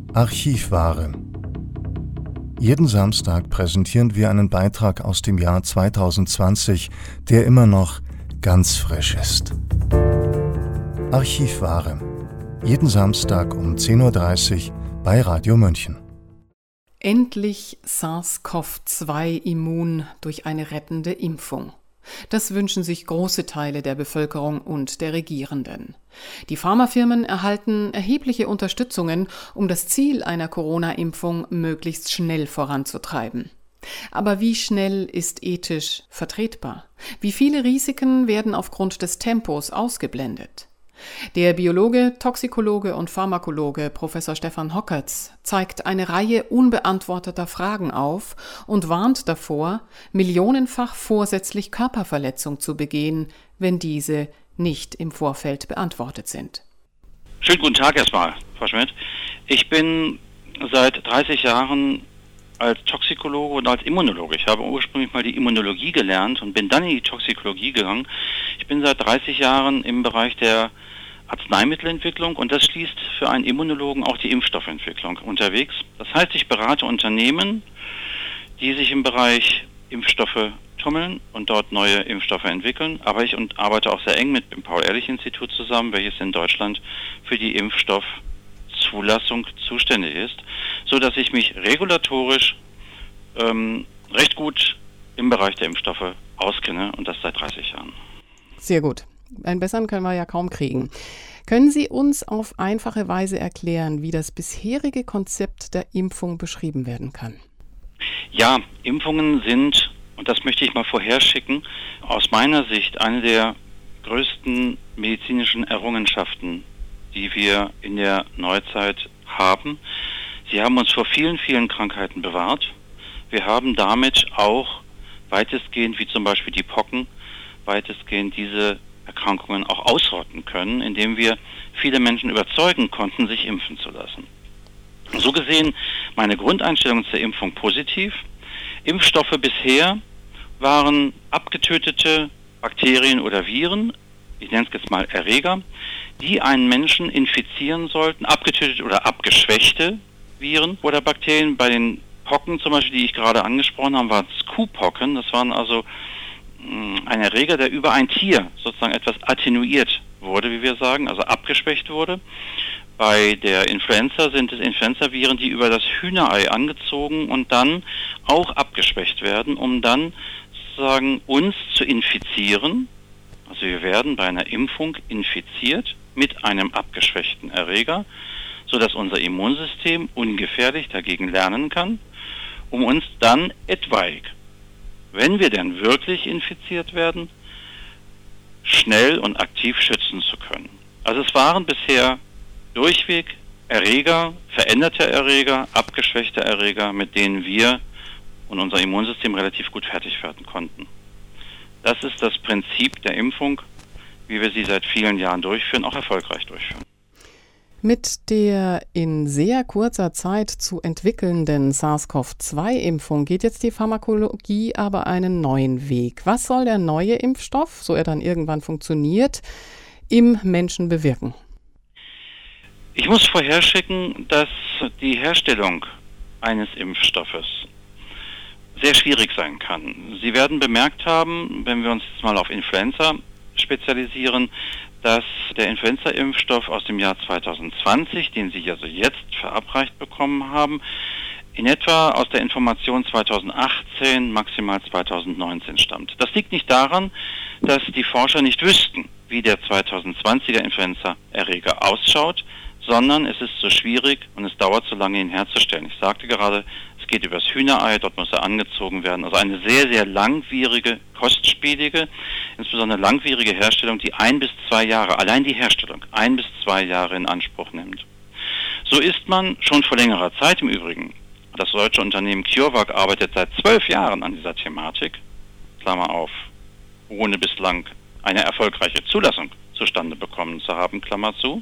Archivware. Jeden Samstag präsentieren wir einen Beitrag aus dem Jahr 2020, der immer noch ganz frisch ist. Archivware. Jeden Samstag um 10.30 Uhr bei Radio München. Endlich SARS-CoV-2 immun durch eine rettende Impfung. Das wünschen sich große Teile der Bevölkerung und der Regierenden. Die Pharmafirmen erhalten erhebliche Unterstützungen, um das Ziel einer Corona-Impfung möglichst schnell voranzutreiben. Aber wie schnell ist ethisch vertretbar? Wie viele Risiken werden aufgrund des Tempos ausgeblendet? Der Biologe, Toxikologe und Pharmakologe Professor Stefan Hockertz zeigt eine Reihe unbeantworteter Fragen auf und warnt davor, millionenfach vorsätzlich Körperverletzung zu begehen, wenn diese nicht im Vorfeld beantwortet sind. Schönen guten Tag erstmal, Frau Schmidt. Ich bin seit 30 Jahren als Toxikologe und als Immunologe. Ich habe ursprünglich mal die Immunologie gelernt und bin dann in die Toxikologie gegangen. Ich bin seit 30 Jahren im Bereich der Arzneimittelentwicklung und das schließt für einen Immunologen auch die Impfstoffentwicklung unterwegs. Das heißt, ich berate Unternehmen, die sich im Bereich Impfstoffe tummeln und dort neue Impfstoffe entwickeln. Aber ich arbeite auch sehr eng mit dem Paul-Ehrlich-Institut zusammen, welches in Deutschland für die Impfstoffzulassung zuständig ist, so dass ich mich regulatorisch recht gut im Bereich der Impfstoffe auskenne und das seit 30 Jahren. Sehr gut. Einen besseren können wir ja kaum kriegen. Können Sie uns auf einfache Weise erklären, wie das bisherige Konzept der Impfung beschrieben werden kann? Ja, Impfungen sind, und das möchte ich mal vorherschicken, aus meiner Sicht eine der größten medizinischen Errungenschaften, die wir in der Neuzeit haben. Sie haben uns vor vielen, vielen Krankheiten bewahrt. Wir haben damit auch weitestgehend, wie zum Beispiel die Pocken, weitestgehend diese Erkrankungen auch ausrotten können, indem wir viele Menschen überzeugen konnten, sich impfen zu lassen. So gesehen, meine Grundeinstellung zur Impfung positiv. Impfstoffe bisher waren abgetötete Bakterien oder Viren, ich nenne es jetzt mal Erreger, die einen Menschen infizieren sollten, abgetötete oder abgeschwächte Viren oder Bakterien. Bei den Pocken zum Beispiel, die ich gerade angesprochen habe, waren es Kuhpocken. Das waren also ein Erreger, der über ein Tier sozusagen etwas attenuiert wurde, wie wir sagen, also abgeschwächt wurde. Bei der Influenza sind es Influenzaviren, die über das Hühnerei angezogen und dann auch abgeschwächt werden, um dann sozusagen uns zu infizieren. Also wir werden bei einer Impfung infiziert mit einem abgeschwächten Erreger, sodass unser Immunsystem ungefährlich dagegen lernen kann, um uns dann etwaig, wenn wir denn wirklich infiziert werden, schnell und aktiv schützen zu können. Also es waren bisher durchweg Erreger, veränderte Erreger, abgeschwächte Erreger, mit denen wir und unser Immunsystem relativ gut fertig werden konnten. Das ist das Prinzip der Impfung, wie wir sie seit vielen Jahren durchführen, auch erfolgreich durchführen. Mit der in sehr kurzer Zeit zu entwickelnden SARS-CoV-2-Impfung geht jetzt die Pharmakologie aber einen neuen Weg. Was soll der neue Impfstoff, so er dann irgendwann funktioniert, im Menschen bewirken? Ich muss vorherschicken, dass die Herstellung eines Impfstoffes sehr schwierig sein kann. Sie werden bemerkt haben, wenn wir uns jetzt mal auf Influenza spezialisieren, dass der Influenza-Impfstoff aus dem Jahr 2020, den Sie also jetzt verabreicht bekommen haben, in etwa aus der Information 2018, maximal 2019 stammt. Das liegt nicht daran, dass die Forscher nicht wüssten, wie der 2020er Influenza-Erreger ausschaut, sondern es ist so schwierig und es dauert so lange, ihn herzustellen. Ich sagte gerade, es geht übers Hühnerei, dort muss er angezogen werden. Also eine sehr, sehr langwierige, kostspielige, insbesondere langwierige Herstellung, die 1 bis 2 Jahre, allein die Herstellung, 1 bis 2 Jahre in Anspruch nimmt. So ist man schon vor längerer Zeit im Übrigen. Das deutsche Unternehmen CureVac arbeitet seit 12 Jahren an dieser Thematik, Klammer auf, ohne bislang eine erfolgreiche Zulassung zustande bekommen zu haben, Klammer zu,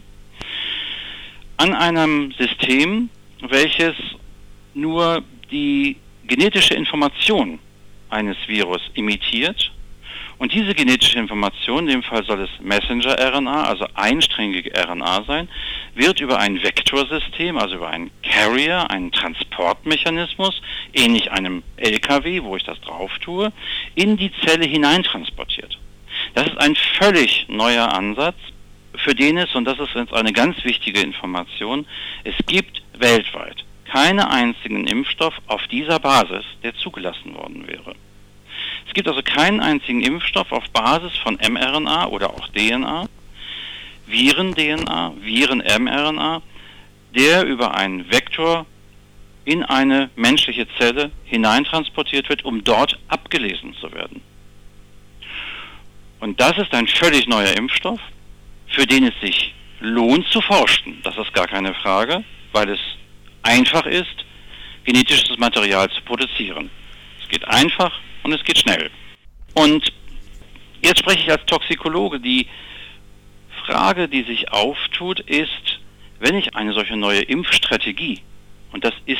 an einem System, welches nur die genetische Information eines Virus imitiert. Und diese genetische Information, in dem Fall soll es Messenger-RNA, also einsträngige RNA sein, wird über ein Vektorsystem, also über einen Carrier, einen Transportmechanismus, ähnlich einem LKW, wo ich das drauf tue, in die Zelle hineintransportiert. Das ist ein völlig neuer Ansatz, für den es, und das ist jetzt eine ganz wichtige Information, es gibt weltweit keinen einzigen Impfstoff auf dieser Basis, der zugelassen worden wäre. Es gibt also keinen einzigen Impfstoff auf Basis von mRNA oder auch DNA, Viren-DNA, Viren-mRNA, der über einen Vektor in eine menschliche Zelle hineintransportiert wird, um dort abgelesen zu werden. Und das ist ein völlig neuer Impfstoff, für den es sich lohnt zu forschen. Das ist gar keine Frage, weil es einfach ist, genetisches Material zu produzieren. Es geht einfach und es geht schnell. Und jetzt spreche ich als Toxikologe. Die Frage, die sich auftut, ist, wenn ich eine solche neue Impfstrategie, und das ist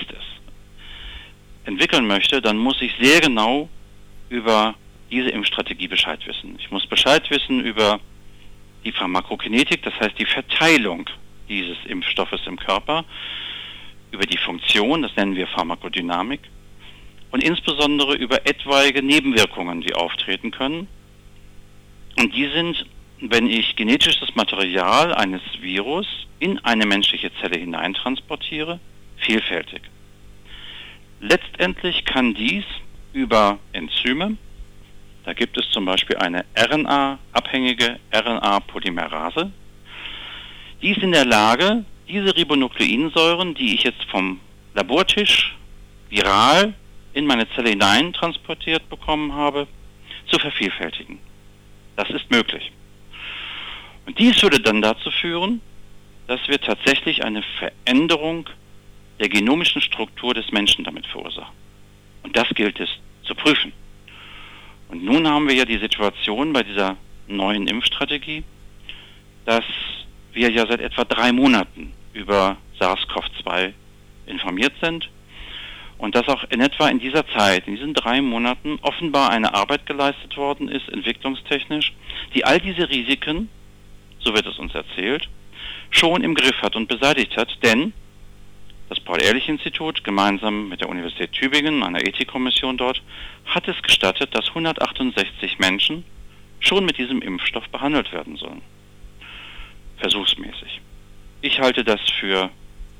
es, entwickeln möchte, dann muss ich sehr genau über diese Impfstrategie Bescheid wissen. Ich muss Bescheid wissen über die Pharmakokinetik, das heißt die Verteilung dieses Impfstoffes im Körper, über die Funktion, das nennen wir Pharmakodynamik, und insbesondere über etwaige Nebenwirkungen, die auftreten können. Und die sind, wenn ich genetisches Material eines Virus in eine menschliche Zelle hineintransportiere, vielfältig. Letztendlich kann dies über Enzyme, da gibt es zum Beispiel eine RNA-abhängige RNA-Polymerase, die ist in der Lage, diese Ribonukleinsäuren, die ich jetzt vom Labortisch viral in meine Zelle hineintransportiert bekommen habe, zu vervielfältigen. Das ist möglich. Und dies würde dann dazu führen, dass wir tatsächlich eine Veränderung der genomischen Struktur des Menschen damit verursachen. Und das gilt es zu prüfen. Und nun haben wir ja die Situation bei dieser neuen Impfstrategie, dass wir ja seit etwa 3 Monaten über SARS-CoV-2 informiert sind und dass auch in etwa in dieser Zeit, in diesen 3 Monaten, offenbar eine Arbeit geleistet worden ist, entwicklungstechnisch, die all diese Risiken, so wird es uns erzählt, schon im Griff hat und beseitigt hat, denn das Paul-Ehrlich-Institut gemeinsam mit der Universität Tübingen, einer Ethikkommission dort, hat es gestattet, dass 168 Menschen schon mit diesem Impfstoff behandelt werden sollen. Versuchsmäßig. Ich halte das für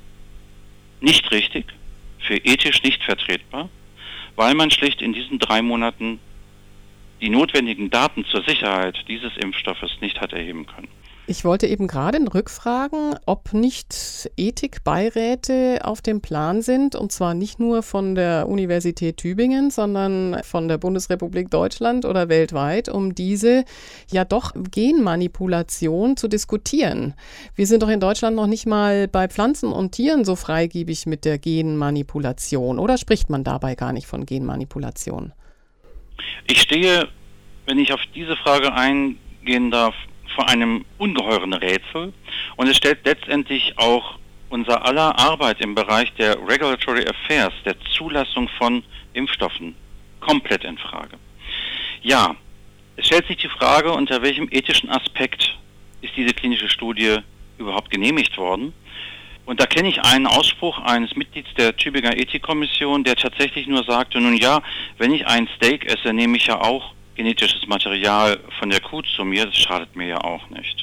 nicht richtig, für ethisch nicht vertretbar, weil man schlicht in diesen 3 Monaten die notwendigen Daten zur Sicherheit dieses Impfstoffes nicht hat erheben können. Ich wollte eben gerade rückfragen, ob nicht Ethikbeiräte auf dem Plan sind, und zwar nicht nur von der Universität Tübingen, sondern von der Bundesrepublik Deutschland oder weltweit, um diese ja doch Genmanipulation zu diskutieren. Wir sind doch in Deutschland noch nicht mal bei Pflanzen und Tieren so freigebig mit der Genmanipulation, oder spricht man dabei gar nicht von Genmanipulation? Ich stehe, wenn ich auf diese Frage eingehen darf, vor einem ungeheuren Rätsel, und es stellt letztendlich auch unser aller Arbeit im Bereich der Regulatory Affairs, der Zulassung von Impfstoffen, komplett in Frage. Ja, es stellt sich die Frage, unter welchem ethischen Aspekt ist diese klinische Studie überhaupt genehmigt worden. Und da kenne ich einen Ausspruch eines Mitglieds der Tübinger Ethikkommission, der tatsächlich nur sagte, nun ja, wenn ich ein Steak esse, nehme ich ja auch genetisches Material von der Kuh zu mir, das schadet mir ja auch nicht.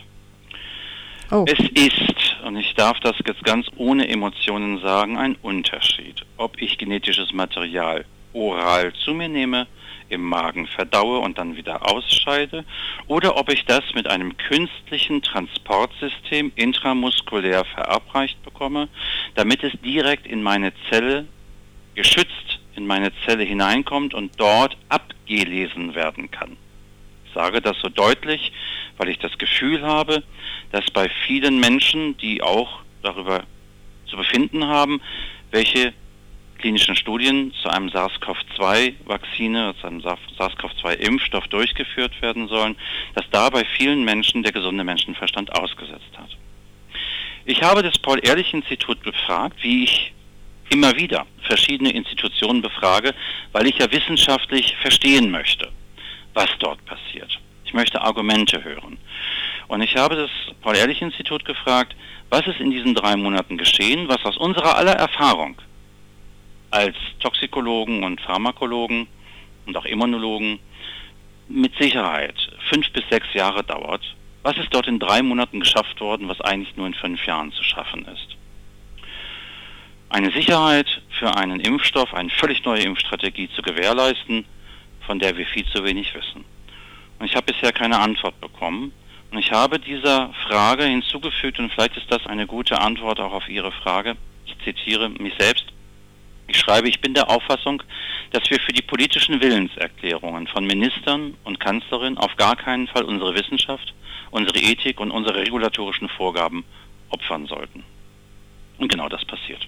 Oh. Es ist, und ich darf das jetzt ganz ohne Emotionen sagen, ein Unterschied, ob ich genetisches Material oral zu mir nehme, im Magen verdaue und dann wieder ausscheide, oder ob ich das mit einem künstlichen Transportsystem intramuskulär verabreicht bekomme, damit es direkt in meine Zelle geschützt in meine Zelle hineinkommt und dort abgelesen werden kann. Ich sage das so deutlich, weil ich das Gefühl habe, dass bei vielen Menschen, die auch darüber zu befinden haben, welche klinischen Studien zu einem SARS-CoV-2-Vakzine, zu einem SARS-CoV-2-Impfstoff durchgeführt werden sollen, dass da bei vielen Menschen der gesunde Menschenverstand ausgesetzt hat. Ich habe das Paul-Ehrlich-Institut befragt, wie ich immer wieder verschiedene Institutionen befrage, weil ich ja wissenschaftlich verstehen möchte, was dort passiert. Ich möchte Argumente hören. Und ich habe das Paul-Ehrlich-Institut gefragt, was ist in diesen 3 Monaten geschehen, was aus unserer aller Erfahrung als Toxikologen und Pharmakologen und auch Immunologen mit Sicherheit 5 bis 6 Jahre dauert. Was ist dort in 3 Monaten geschafft worden, was eigentlich nur in 5 Jahren zu schaffen ist? Eine Sicherheit für einen Impfstoff, eine völlig neue Impfstrategie zu gewährleisten, von der wir viel zu wenig wissen. Und ich habe bisher keine Antwort bekommen. Und ich habe dieser Frage hinzugefügt, und vielleicht ist das eine gute Antwort auch auf Ihre Frage. Ich zitiere mich selbst. Ich schreibe, ich bin der Auffassung, dass wir für die politischen Willenserklärungen von Ministern und Kanzlerinnen auf gar keinen Fall unsere Wissenschaft, unsere Ethik und unsere regulatorischen Vorgaben opfern sollten. Und genau das passiert.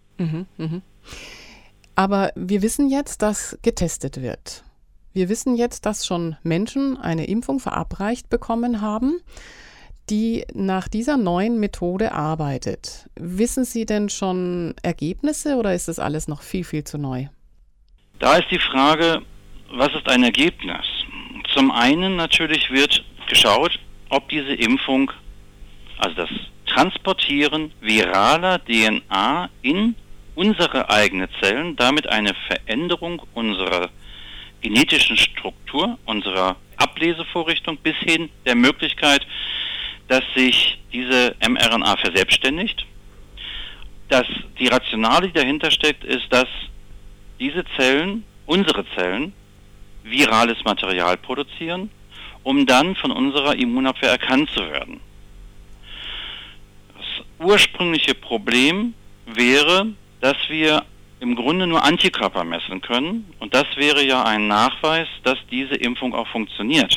Aber wir wissen jetzt, dass getestet wird. Wir wissen jetzt, dass schon Menschen eine Impfung verabreicht bekommen haben, die nach dieser neuen Methode arbeitet. Wissen Sie denn schon Ergebnisse oder ist das alles noch viel, viel zu neu? Da ist die Frage, was ist ein Ergebnis? Zum einen natürlich wird geschaut, ob diese Impfung, also das Transportieren viraler DNA in unsere eigenen Zellen, damit eine Veränderung unserer genetischen Struktur, unserer Ablesevorrichtung bis hin der Möglichkeit, dass sich diese mRNA verselbstständigt. Die Rationale, die dahinter steckt, ist, dass diese Zellen, unsere Zellen, virales Material produzieren, um dann von unserer Immunabwehr erkannt zu werden. Das ursprüngliche Problem wäre, dass wir im Grunde nur Antikörper messen können. Und das wäre ja ein Nachweis, dass diese Impfung auch funktioniert.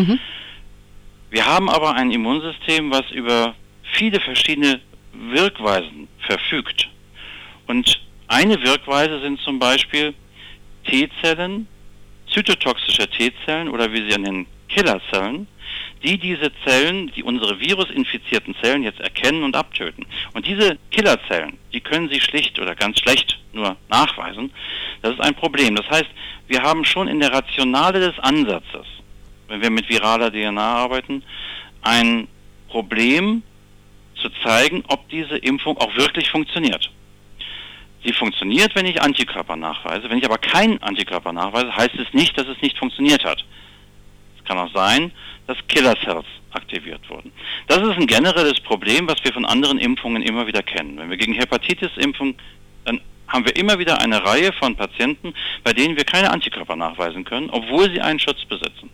Wir haben aber ein Immunsystem, was über viele verschiedene Wirkweisen verfügt. Und eine Wirkweise sind zum Beispiel T-Zellen, zytotoxische T-Zellen oder wie sie nennen, Killerzellen, die diese Zellen, die unsere virusinfizierten Zellen jetzt erkennen und abtöten. Und diese Killerzellen, die können Sie schlicht oder ganz schlecht nur nachweisen. Das ist ein Problem. Das heißt, wir haben schon in der Rationale des Ansatzes, wenn wir mit viraler DNA arbeiten, ein Problem zu zeigen, ob diese Impfung auch wirklich funktioniert. Sie funktioniert, wenn ich Antikörper nachweise. Wenn ich aber keinen Antikörper nachweise, heißt es nicht, dass es nicht funktioniert hat. Es kann auch sein, dass Killercells aktiviert wurden. Das ist ein generelles Problem, was wir von anderen Impfungen immer wieder kennen. Wenn wir gegen Hepatitis impfen, dann haben wir immer wieder eine Reihe von Patienten, bei denen wir keine Antikörper nachweisen können, obwohl sie einen Schutz besitzen.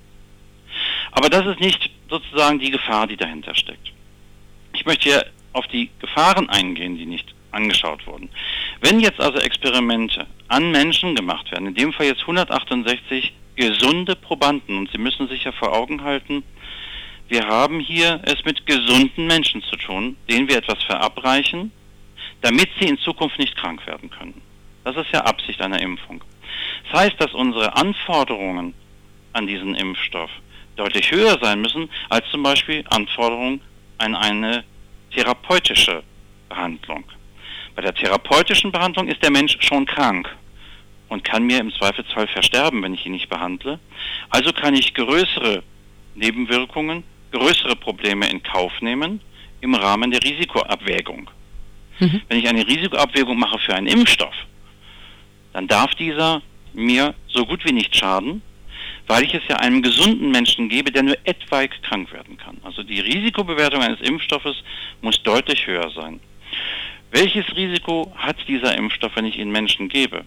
Aber das ist nicht sozusagen die Gefahr, die dahinter steckt. Ich möchte hier auf die Gefahren eingehen, die nicht angeschaut wurden. Wenn jetzt also Experimente an Menschen gemacht werden, in dem Fall jetzt 168 gesunde Probanden, und Sie müssen sich ja vor Augen halten, wir haben hier es mit gesunden Menschen zu tun, denen wir etwas verabreichen, damit sie in Zukunft nicht krank werden können. Das ist ja Absicht einer Impfung. Das heißt, dass unsere Anforderungen an diesen Impfstoff deutlich höher sein müssen, als zum Beispiel Anforderungen an eine therapeutische Behandlung. Bei der therapeutischen Behandlung ist der Mensch schon krank und kann mir im Zweifelsfall versterben, wenn ich ihn nicht behandle. Also kann ich größere Nebenwirkungen, größere Probleme in Kauf nehmen im Rahmen der Risikoabwägung. Wenn ich eine Risikoabwägung mache für einen Impfstoff, dann darf dieser mir so gut wie nicht schaden, weil ich es ja einem gesunden Menschen gebe, der nur etwaig krank werden kann. Also die Risikobewertung eines Impfstoffes muss deutlich höher sein. Welches Risiko hat dieser Impfstoff, wenn ich ihn Menschen gebe?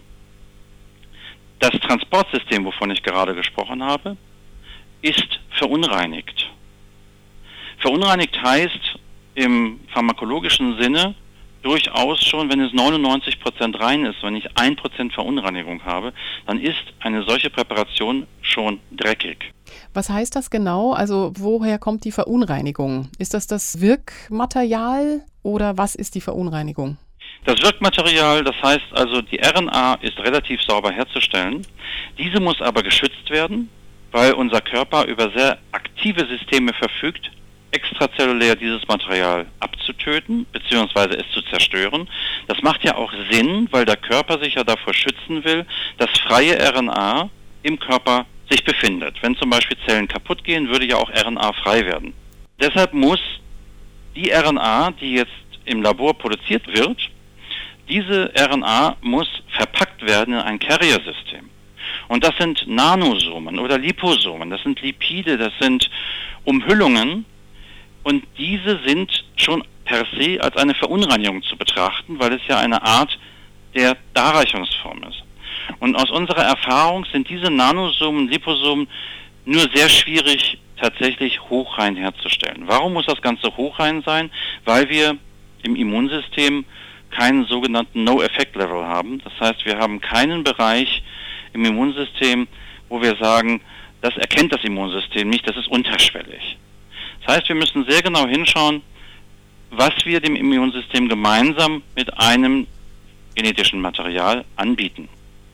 Das Transportsystem, wovon ich gerade gesprochen habe, ist verunreinigt. Verunreinigt heißt im pharmakologischen Sinne durchaus schon, wenn es 99% rein ist, wenn ich 1% Verunreinigung habe, dann ist eine solche Präparation schon dreckig. Was heißt das genau? Also woher kommt die Verunreinigung? Ist das Wirkmaterial oder was ist die Verunreinigung? Das Wirkmaterial, das heißt also, die RNA ist relativ sauber herzustellen. Diese muss aber geschützt werden, weil unser Körper über sehr aktive Systeme verfügt, extrazellulär dieses Material abzutöten bzw. es zu zerstören. Das macht ja auch Sinn, weil der Körper sich ja davor schützen will, dass freie RNA im Körper sich befindet. Wenn zum Beispiel Zellen kaputt gehen, würde ja auch RNA frei werden. Deshalb muss die RNA, die jetzt im Labor produziert wird, diese RNA muss verpackt werden in ein Carrier-System. Und das sind Nanosomen oder Liposomen, das sind Lipide, das sind Umhüllungen. Und diese sind schon per se als eine Verunreinigung zu betrachten, weil es ja eine Art der Darreichungsform ist. Und aus unserer Erfahrung sind diese Nanosomen, Liposomen nur sehr schwierig tatsächlich hochrein herzustellen. Warum muss das Ganze hochrein sein? Weil wir im Immunsystem keinen sogenannten No-Effect-Level haben. Das heißt, wir haben keinen Bereich im Immunsystem, wo wir sagen, das erkennt das Immunsystem nicht, das ist unterschwellig. Das heißt, wir müssen sehr genau hinschauen, was wir dem Immunsystem gemeinsam mit einem genetischen Material anbieten.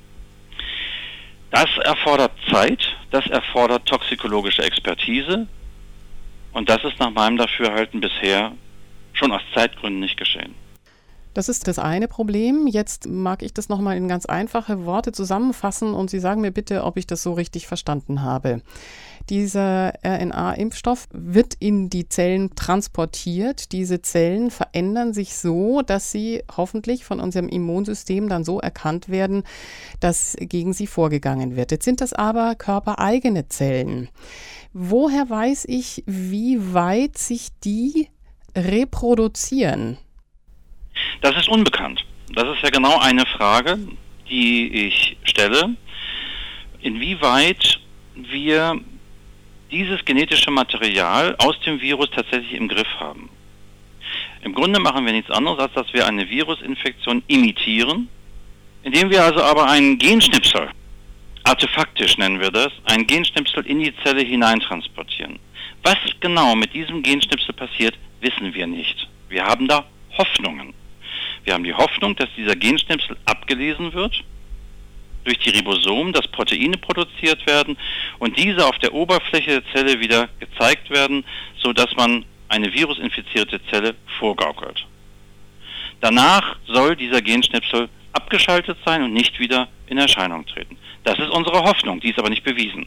Das erfordert Zeit, das erfordert toxikologische Expertise und das ist nach meinem Dafürhalten bisher schon aus Zeitgründen nicht geschehen. Das ist das eine Problem. Jetzt mag ich das nochmal in ganz einfache Worte zusammenfassen und Sie sagen mir bitte, ob ich das so richtig verstanden habe. Dieser RNA-Impfstoff wird in die Zellen transportiert. Diese Zellen verändern sich so, dass sie hoffentlich von unserem Immunsystem dann so erkannt werden, dass gegen sie vorgegangen wird. Jetzt sind das aber körpereigene Zellen. Woher weiß ich, wie weit sich die reproduzieren? Das ist unbekannt. Das ist ja genau eine Frage, die ich stelle. Inwieweit wir dieses genetische Material aus dem Virus tatsächlich im Griff haben. Im Grunde machen wir nichts anderes, als dass wir eine Virusinfektion imitieren, indem wir also aber einen Genschnipsel, artefaktisch nennen wir das, einen Genschnipsel in die Zelle hineintransportieren. Was genau mit diesem Genschnipsel passiert, wissen wir nicht. Wir haben da Hoffnungen. Wir haben die Hoffnung, dass dieser Genschnipsel abgelesen wird durch die Ribosomen, dass Proteine produziert werden und diese auf der Oberfläche der Zelle wieder gezeigt werden, sodass man eine virusinfizierte Zelle vorgaukelt. Danach soll dieser Genschnipsel abgeschaltet sein und nicht wieder in Erscheinung treten. Das ist unsere Hoffnung, die ist aber nicht bewiesen.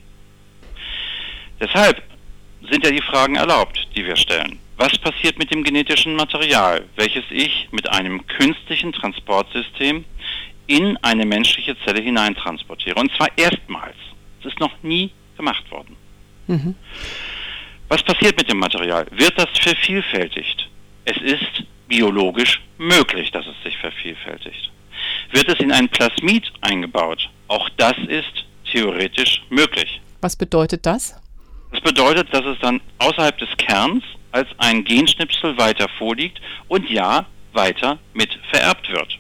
Deshalb sind ja die Fragen erlaubt, die wir stellen. Was passiert mit dem genetischen Material, welches ich mit einem künstlichen Transportsystem in eine menschliche Zelle hineintransportiere? Und zwar erstmals. Es ist noch nie gemacht worden. Mhm. Was passiert mit dem Material? Wird das vervielfältigt? Es ist biologisch möglich, dass es sich vervielfältigt. Wird es in ein Plasmid eingebaut? Auch das ist theoretisch möglich. Was bedeutet das? Das bedeutet, dass es dann außerhalb des Kerns als ein Genschnipsel weiter vorliegt und ja, weiter mit vererbt wird.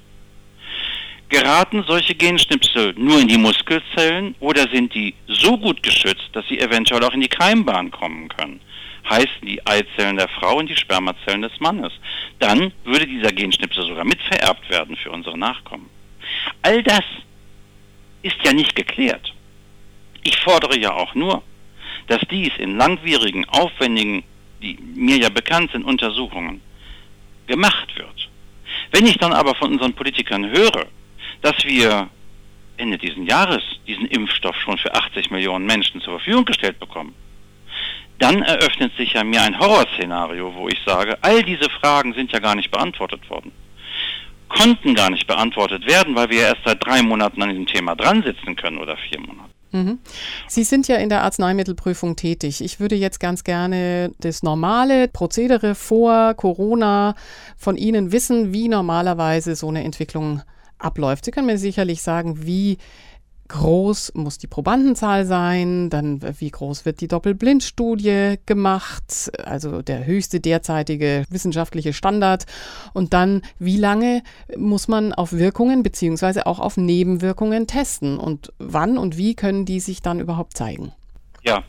Geraten solche Genschnipsel nur in die Muskelzellen oder sind die so gut geschützt, dass sie eventuell auch in die Keimbahn kommen können? Heißen die Eizellen der Frau und die Spermazellen des Mannes. Dann würde dieser Genschnipsel sogar mit vererbt werden für unsere Nachkommen. All das ist ja nicht geklärt. Ich fordere ja auch nur, dass dies in langwierigen, aufwendigen, die mir ja bekannt sind, Untersuchungen gemacht wird. Wenn ich dann aber von unseren Politikern höre, dass wir Ende dieses Jahres diesen Impfstoff schon für 80 Millionen Menschen zur Verfügung gestellt bekommen, dann eröffnet sich ja mir ein Horrorszenario, wo ich sage, all diese Fragen sind ja gar nicht beantwortet worden. Konnten gar nicht beantwortet werden, weil wir ja erst seit 3 Monaten an diesem Thema dran sitzen können oder 4 Monate. Sie sind ja in der Arzneimittelprüfung tätig. Ich würde jetzt ganz gerne das normale Prozedere vor Corona von Ihnen wissen, wie normalerweise so eine Entwicklung abläuft. Sie können mir sicherlich sagen, wie groß muss die Probandenzahl sein, dann wie groß wird die Doppelblindstudie gemacht, also der höchste derzeitige wissenschaftliche Standard und dann wie lange muss man auf Wirkungen beziehungsweise auch auf Nebenwirkungen testen und wann und wie können die sich dann überhaupt zeigen? Ja,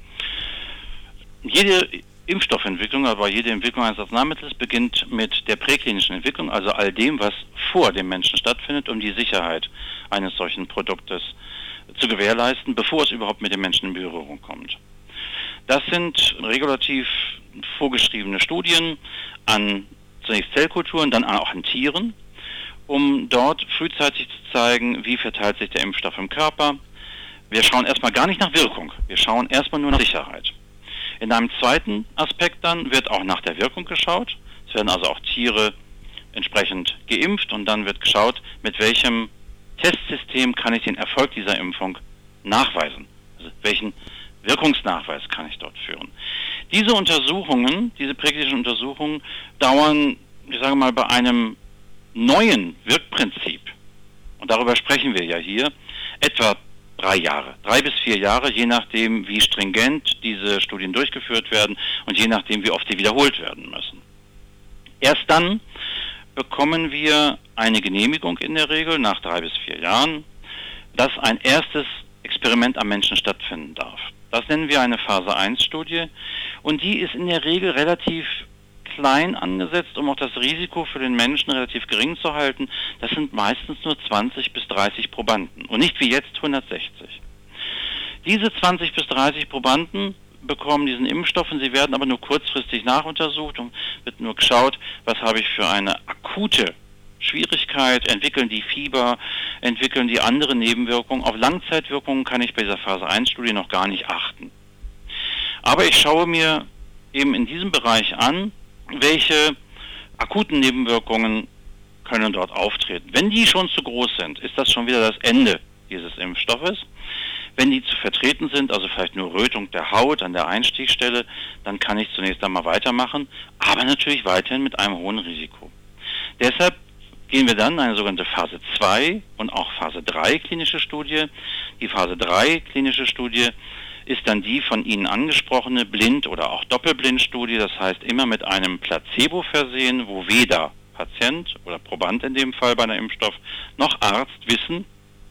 jede Impfstoffentwicklung, aber jede Entwicklung eines Arzneimittels beginnt mit der präklinischen Entwicklung, also all dem, was vor dem Menschen stattfindet, um die Sicherheit eines solchen Produktes zu gewährleisten, bevor es überhaupt mit dem Menschen in Berührung kommt. Das sind regulativ vorgeschriebene Studien an zunächst Zellkulturen, dann auch an Tieren, um dort frühzeitig zu zeigen, wie verteilt sich der Impfstoff im Körper. Wir schauen erstmal gar nicht nach Wirkung, wir schauen erstmal nur nach Sicherheit. In einem zweiten Aspekt dann wird auch nach der Wirkung geschaut. Es werden also auch Tiere entsprechend geimpft und dann wird geschaut, mit welchem Testsystem kann ich den Erfolg dieser Impfung nachweisen. Also welchen Wirkungsnachweis kann ich dort führen. Diese Untersuchungen, diese präklinischen Untersuchungen dauern, ich sage mal, bei einem neuen Wirkprinzip, und darüber sprechen wir ja hier, etwa 3 Jahre, 3 bis 4 Jahre, je nachdem, wie stringent diese Studien durchgeführt werden und je nachdem, wie oft sie wiederholt werden müssen. Erst dann bekommen wir eine Genehmigung in der Regel nach 3 bis 4 Jahren, dass ein erstes Experiment am Menschen stattfinden darf. Das nennen wir eine Phase-1-Studie und die ist in der Regel relativ klein angesetzt, um auch das Risiko für den Menschen relativ gering zu halten. Das sind meistens nur 20 bis 30 Probanden und nicht wie jetzt 160. Diese 20 bis 30 Probanden bekommen diesen Impfstoff und sie werden aber nur kurzfristig nachuntersucht und wird nur geschaut, was habe ich für eine akute Schwierigkeit, entwickeln die Fieber, entwickeln die andere Nebenwirkungen. Auf Langzeitwirkungen kann ich bei dieser Phase-1-Studie noch gar nicht achten. Aber ich schaue mir eben in diesem Bereich an, welche akuten Nebenwirkungen können dort auftreten. Wenn die schon zu groß sind, ist das schon wieder das Ende dieses Impfstoffes. Wenn die zu vertreten sind, also vielleicht nur Rötung der Haut an der Einstichstelle, dann kann ich zunächst einmal weitermachen, aber natürlich weiterhin mit einem hohen Risiko. Deshalb gehen wir dann in eine sogenannte Phase 2 und auch Phase 3 klinische Studie. Die Phase 3 klinische Studie ist dann die von Ihnen angesprochene Blind- oder auch Doppelblindstudie, das heißt immer mit einem Placebo versehen, wo weder Patient oder Proband in dem Fall bei einem Impfstoff noch Arzt wissen,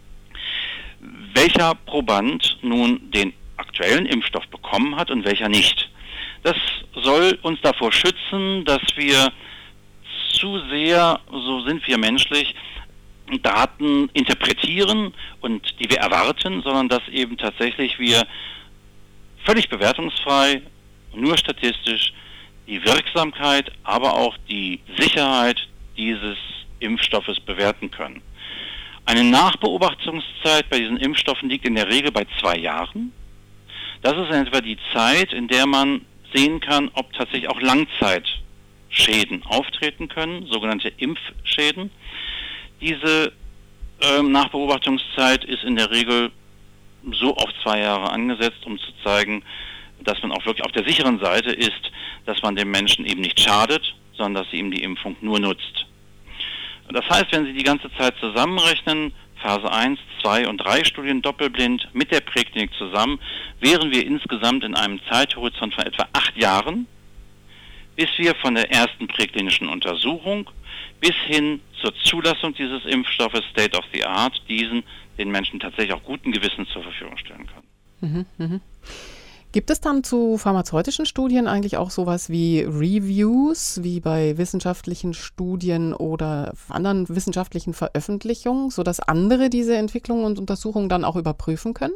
welcher Proband nun den aktuellen Impfstoff bekommen hat und welcher nicht. Das soll uns davor schützen, dass wir zu sehr, so sind wir menschlich, Daten interpretieren und die wir erwarten, sondern dass eben tatsächlich wir völlig bewertungsfrei, nur statistisch die Wirksamkeit, aber auch die Sicherheit dieses Impfstoffes bewerten können. Eine Nachbeobachtungszeit bei diesen Impfstoffen liegt in der Regel bei 2 Jahren. Das ist in etwa die Zeit, in der man sehen kann, ob tatsächlich auch Langzeitschäden auftreten können, sogenannte Impfschäden. Diese Nachbeobachtungszeit ist in der Regel so auf 2 Jahre angesetzt, um zu zeigen, dass man auch wirklich auf der sicheren Seite ist, dass man dem Menschen eben nicht schadet, sondern dass sie ihm die Impfung nur nutzt. Das heißt, wenn Sie die ganze Zeit zusammenrechnen, Phase 1, 2 und 3 Studien doppelblind mit der Präklinik zusammen, wären wir insgesamt in einem Zeithorizont von etwa 8 Jahren, bis wir von der ersten präklinischen Untersuchung bis hin zur Zulassung dieses Impfstoffes State of the Art diesen den Menschen tatsächlich auch guten Gewissens zur Verfügung stellen kann. Gibt es dann zu pharmazeutischen Studien eigentlich auch sowas wie Reviews, wie bei wissenschaftlichen Studien oder anderen wissenschaftlichen Veröffentlichungen, sodass andere diese Entwicklungen und Untersuchungen dann auch überprüfen können?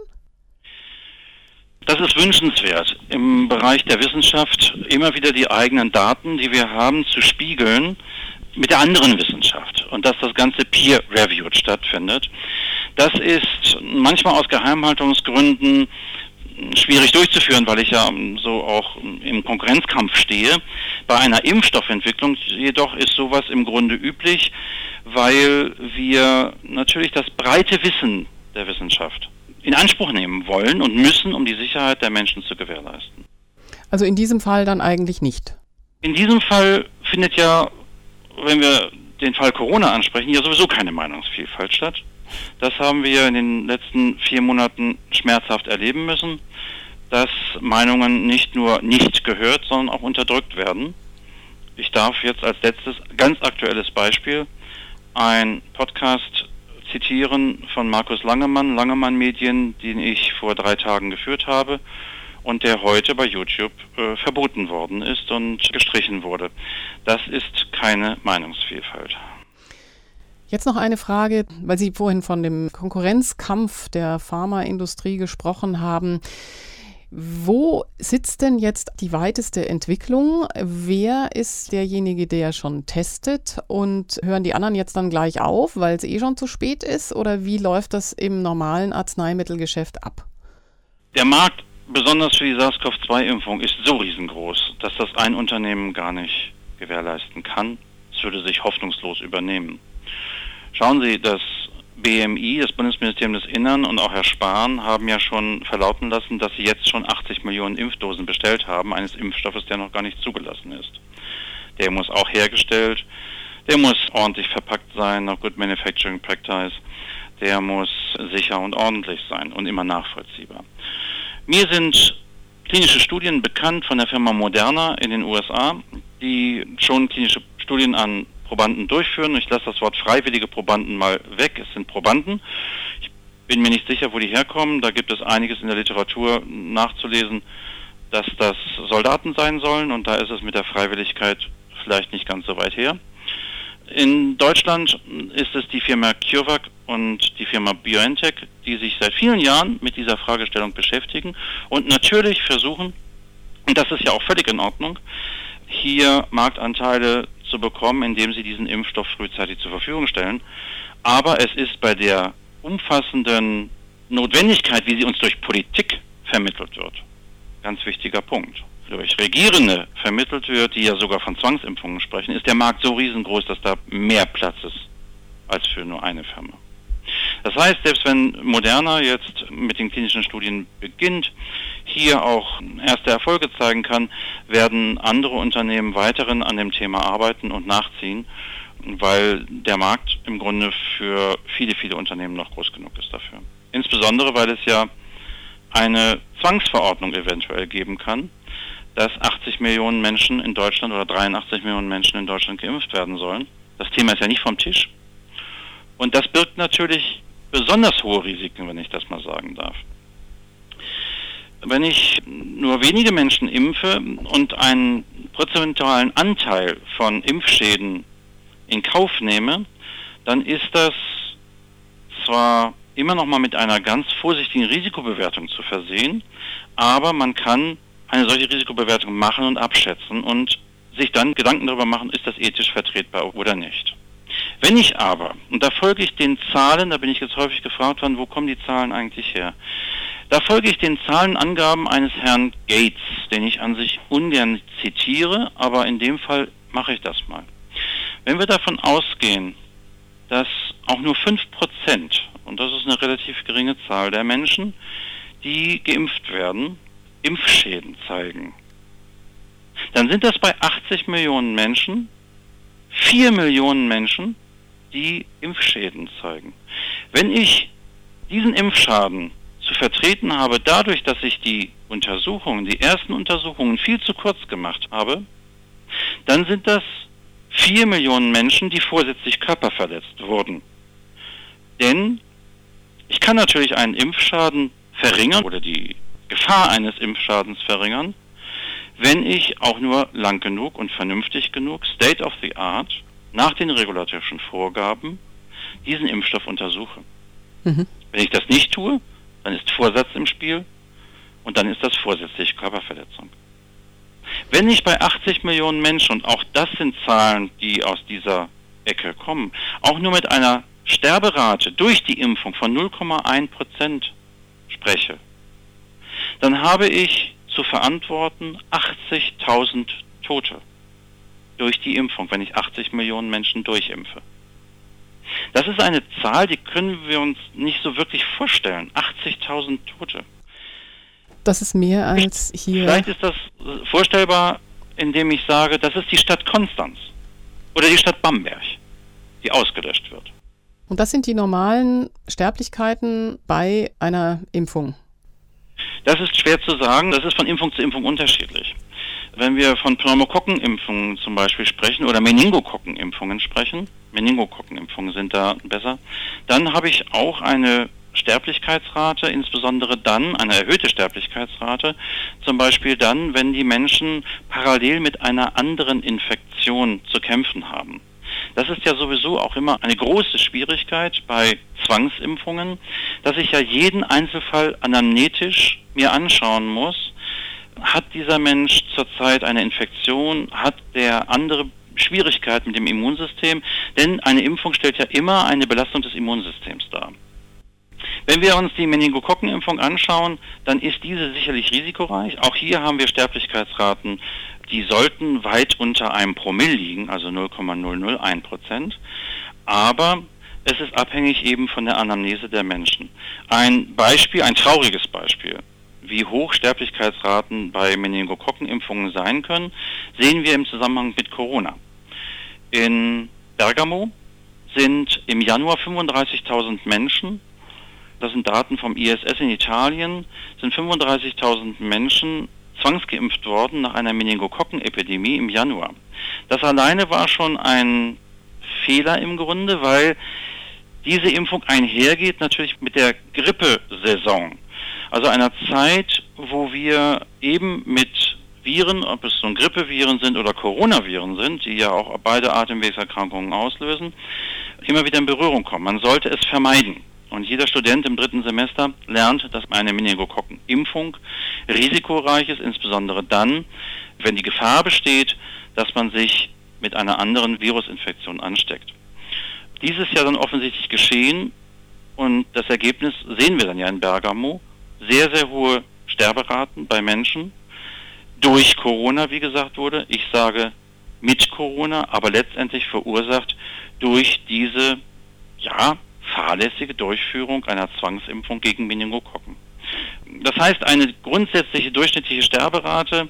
Das ist wünschenswert, im Bereich der Wissenschaft immer wieder die eigenen Daten, die wir haben, zu spiegeln mit der anderen Wissenschaft und dass das Ganze peer-reviewed stattfindet. Das ist manchmal aus Geheimhaltungsgründen schwierig durchzuführen, weil ich ja so auch im Konkurrenzkampf stehe. Bei einer Impfstoffentwicklung jedoch ist sowas im Grunde üblich, weil wir natürlich das breite Wissen der Wissenschaft in Anspruch nehmen wollen und müssen, um die Sicherheit der Menschen zu gewährleisten. Also in diesem Fall dann eigentlich nicht? In diesem Fall findet ja, wenn wir den Fall Corona ansprechen, ja sowieso keine Meinungsvielfalt statt. Das haben wir in den letzten 4 Monaten schmerzhaft erleben müssen, dass Meinungen nicht nur nicht gehört, sondern auch unterdrückt werden. Ich darf jetzt als letztes ganz aktuelles Beispiel ein Podcast zitieren von Markus Langemann, Langemann Medien, den ich vor 3 Tagen geführt habe und der heute bei YouTube verboten worden ist und gestrichen wurde. Das ist keine Meinungsvielfalt. Jetzt noch eine Frage, weil Sie vorhin von dem Konkurrenzkampf der Pharmaindustrie gesprochen haben. Wo sitzt denn jetzt die weiteste Entwicklung? Wer ist derjenige, der schon testet? Und hören die anderen jetzt dann gleich auf, weil es schon zu spät ist? Oder wie läuft das im normalen Arzneimittelgeschäft ab? Der Markt, besonders für die SARS-CoV-2-Impfung, ist so riesengroß, dass das ein Unternehmen gar nicht gewährleisten kann, Es würde sich hoffnungslos übernehmen. Schauen Sie, das BMI, das Bundesministerium des Innern, und auch Herr Spahn haben ja schon verlauten lassen, dass sie jetzt schon 80 Millionen Impfdosen bestellt haben, eines Impfstoffes, der noch gar nicht zugelassen ist. Der muss auch hergestellt, der muss ordentlich verpackt sein, nach Good Manufacturing Practice, der muss sicher und ordentlich sein und immer nachvollziehbar. Mir sind klinische Studien bekannt von der Firma Moderna in den USA, die schon klinische Studien an Probanden durchführen. Ich lasse das Wort freiwillige Probanden mal weg. Es sind Probanden. Ich bin mir nicht sicher, wo die herkommen. Da gibt es einiges in der Literatur nachzulesen, dass das Soldaten sein sollen, und da ist es mit der Freiwilligkeit vielleicht nicht ganz so weit her. In Deutschland ist es die Firma CureVac und die Firma BioNTech, die sich seit vielen Jahren mit dieser Fragestellung beschäftigen und natürlich versuchen, und das ist ja auch völlig in Ordnung, hier Marktanteile zu bekommen, indem sie diesen Impfstoff frühzeitig zur Verfügung stellen. Aber es ist bei der umfassenden Notwendigkeit, wie sie uns durch Politik vermittelt wird, ganz wichtiger Punkt. Durch Regierende vermittelt wird, die ja sogar von Zwangsimpfungen sprechen, ist der Markt so riesengroß, dass da mehr Platz ist als für nur eine Firma. Das heißt, selbst wenn Moderna jetzt mit den klinischen Studien beginnt, hier auch erste Erfolge zeigen kann, werden andere Unternehmen weiterhin an dem Thema arbeiten und nachziehen, weil der Markt im Grunde für viele, viele Unternehmen noch groß genug ist dafür. Insbesondere, weil es ja eine Zwangsverordnung eventuell geben kann, dass 80 Millionen Menschen in Deutschland oder 83 Millionen Menschen in Deutschland geimpft werden sollen. Das Thema ist ja nicht vom Tisch. Und das birgt natürlich besonders hohe Risiken, wenn ich das mal sagen darf. Wenn ich nur wenige Menschen impfe und einen prozentualen Anteil von Impfschäden in Kauf nehme, dann ist das zwar immer noch mal mit einer ganz vorsichtigen Risikobewertung zu versehen, aber man kann eine solche Risikobewertung machen und abschätzen und sich dann Gedanken darüber machen, ist das ethisch vertretbar oder nicht. Wenn ich aber, und da folge ich den Zahlen, da bin ich jetzt häufig gefragt worden, wo kommen die Zahlen eigentlich her? Da folge ich den Zahlenangaben eines Herrn Gates, den ich an sich ungern zitiere, aber in dem Fall mache ich das mal. Wenn wir davon ausgehen, dass auch nur 5%, und das ist eine relativ geringe Zahl der Menschen, die geimpft werden, Impfschäden zeigen, dann sind das bei 80 Millionen Menschen 4 Millionen Menschen, die Impfschäden zeigen. Wenn ich diesen Impfschaden zu vertreten habe, dadurch, dass ich die ersten Untersuchungen viel zu kurz gemacht habe, dann sind das 4 Millionen Menschen, die vorsätzlich körperverletzt wurden. Denn ich kann natürlich einen Impfschaden verringern oder die Gefahr eines Impfschadens verringern, wenn ich auch nur lang genug und vernünftig genug, state of the art, nach den regulatorischen Vorgaben, diesen Impfstoff untersuche. Mhm. Wenn ich das nicht tue, dann ist Vorsatz im Spiel und dann ist das vorsätzliche Körperverletzung. Wenn ich bei 80 Millionen Menschen, und auch das sind Zahlen, die aus dieser Ecke kommen, auch nur mit einer Sterberate durch die Impfung von 0,1% spreche, dann habe ich zu verantworten 80.000 Tote durch die Impfung, wenn ich 80 Millionen Menschen durchimpfe. Das ist eine Zahl, die können wir uns nicht so wirklich vorstellen. 80.000 Tote. Das ist mehr als hier. Vielleicht ist das vorstellbar, indem ich sage, das ist die Stadt Konstanz oder die Stadt Bamberg, die ausgelöscht wird. Und das sind die normalen Sterblichkeiten bei einer Impfung? Das ist schwer zu sagen. Das ist von Impfung zu Impfung unterschiedlich. Wenn wir von Pneumokokkenimpfungen zum Beispiel sprechen oder Meningokokkenimpfungen sprechen, Meningokokkenimpfungen sind da besser, dann habe ich auch eine Sterblichkeitsrate, insbesondere dann eine erhöhte Sterblichkeitsrate, zum Beispiel dann, wenn die Menschen parallel mit einer anderen Infektion zu kämpfen haben. Das ist ja sowieso auch immer eine große Schwierigkeit bei Zwangsimpfungen, dass ich ja jeden Einzelfall anamnetisch mir anschauen muss. Hat dieser Mensch zurzeit eine Infektion? Hat der andere Schwierigkeiten mit dem Immunsystem? Denn eine Impfung stellt ja immer eine Belastung des Immunsystems dar. Wenn wir uns die Meningokokkenimpfung anschauen, dann ist diese sicherlich risikoreich. Auch hier haben wir Sterblichkeitsraten, die sollten weit unter einem Promille liegen, also 0,001%. Aber es ist abhängig eben von der Anamnese der Menschen. Ein trauriges Beispiel, wie hoch Sterblichkeitsraten bei Meningokokkenimpfungen sein können, sehen wir im Zusammenhang mit Corona. In Bergamo sind im Januar 35.000 Menschen, das sind Daten vom ISS in Italien, sind 35.000 Menschen zwangsgeimpft worden nach einer Meningokokkenepidemie im Januar. Das alleine war schon ein Fehler im Grunde, weil diese Impfung einhergeht natürlich mit der Grippesaison. Also einer Zeit, wo wir eben mit Viren, ob es nun Grippeviren sind oder Coronaviren sind, die ja auch beide Atemwegserkrankungen auslösen, immer wieder in Berührung kommen. Man sollte es vermeiden. Und jeder Student im 3. Semester lernt, dass eine Meningokokkenimpfung risikoreich ist, insbesondere dann, wenn die Gefahr besteht, dass man sich mit einer anderen Virusinfektion ansteckt. Dies ist ja dann offensichtlich geschehen und das Ergebnis sehen wir dann ja in Bergamo. Sehr, sehr hohe Sterberaten bei Menschen durch Corona, wie gesagt wurde. Ich sage mit Corona, aber letztendlich verursacht durch diese, fahrlässige Durchführung einer Zwangsimpfung gegen Meningokokken. Das heißt, eine grundsätzliche durchschnittliche Sterberate,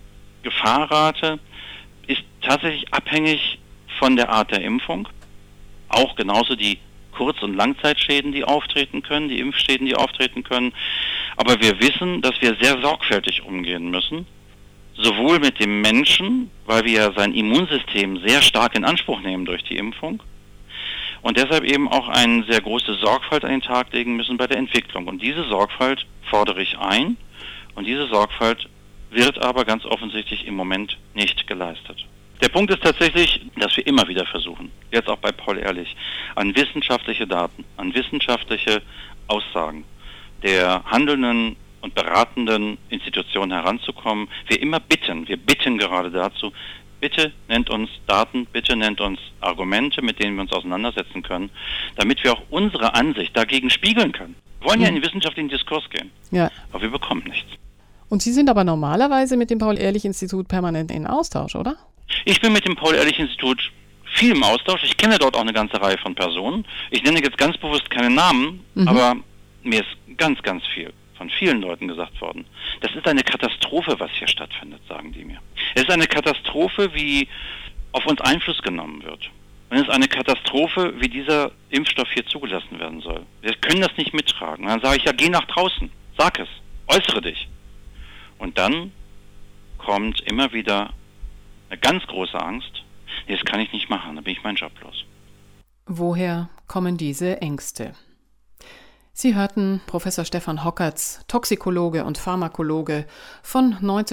Gefahrrate, ist tatsächlich abhängig von der Art der Impfung. Auch genauso die Kurz- und Langzeitschäden, die auftreten können, die Impfschäden, die auftreten können. Aber wir wissen, dass wir sehr sorgfältig umgehen müssen. Sowohl mit dem Menschen, weil wir ja sein Immunsystem sehr stark in Anspruch nehmen durch die Impfung. Und deshalb eben auch eine sehr große Sorgfalt an den Tag legen müssen bei der Entwicklung. Und diese Sorgfalt fordere ich ein. Und diese Sorgfalt wird aber ganz offensichtlich im Moment nicht geleistet. Der Punkt ist tatsächlich, dass wir immer wieder versuchen, jetzt auch bei Paul Ehrlich, an wissenschaftliche Daten, an wissenschaftliche Aussagen der handelnden und beratenden Institutionen heranzukommen. Wir bitten gerade dazu, bitte nennt uns Daten, bitte nennt uns Argumente, mit denen wir uns auseinandersetzen können, damit wir auch unsere Ansicht dagegen spiegeln können. Wir wollen ja in den wissenschaftlichen Diskurs gehen, aber wir bekommen nichts. Und Sie sind aber normalerweise mit dem Paul-Ehrlich-Institut permanent in Austausch, oder? Ich bin mit dem Paul-Ehrlich-Institut viel im Austausch. Ich kenne dort auch eine ganze Reihe von Personen. Ich nenne jetzt ganz bewusst keine Namen, aber mir ist ganz, ganz viel von vielen Leuten gesagt worden. Das ist eine Katastrophe, was hier stattfindet, sagen die mir. Es ist eine Katastrophe, wie auf uns Einfluss genommen wird. Und es ist eine Katastrophe, wie dieser Impfstoff hier zugelassen werden soll. Wir können das nicht mittragen. Und dann sage ich, ja, geh nach draußen, sag es, äußere dich. Und dann kommt immer wieder eine ganz große Angst. Nee, das kann ich nicht machen, dann bin ich meinen Job los. Woher kommen diese Ängste? Sie hörten Professor Stefan Hockertz, Toxikologe und Pharmakologe. Von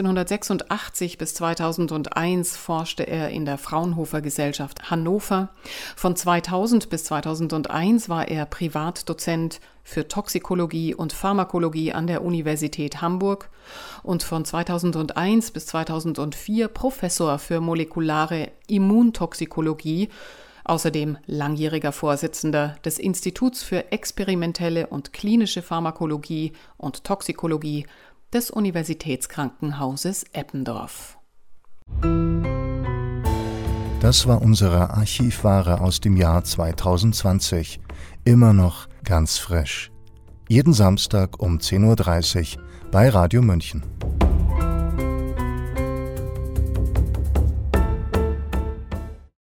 1986 bis 2001 forschte er in der Fraunhofer Gesellschaft Hannover. Von 2000 bis 2001 war er Privatdozent für Toxikologie und Pharmakologie an der Universität Hamburg und von 2001 bis 2004 Professor für molekulare Immuntoxikologie, außerdem langjähriger Vorsitzender des Instituts für experimentelle und klinische Pharmakologie und Toxikologie des Universitätskrankenhauses Eppendorf. Das war unsere Archivware aus dem Jahr 2020. Immer noch ganz frisch. Jeden Samstag um 10:30 Uhr bei Radio München.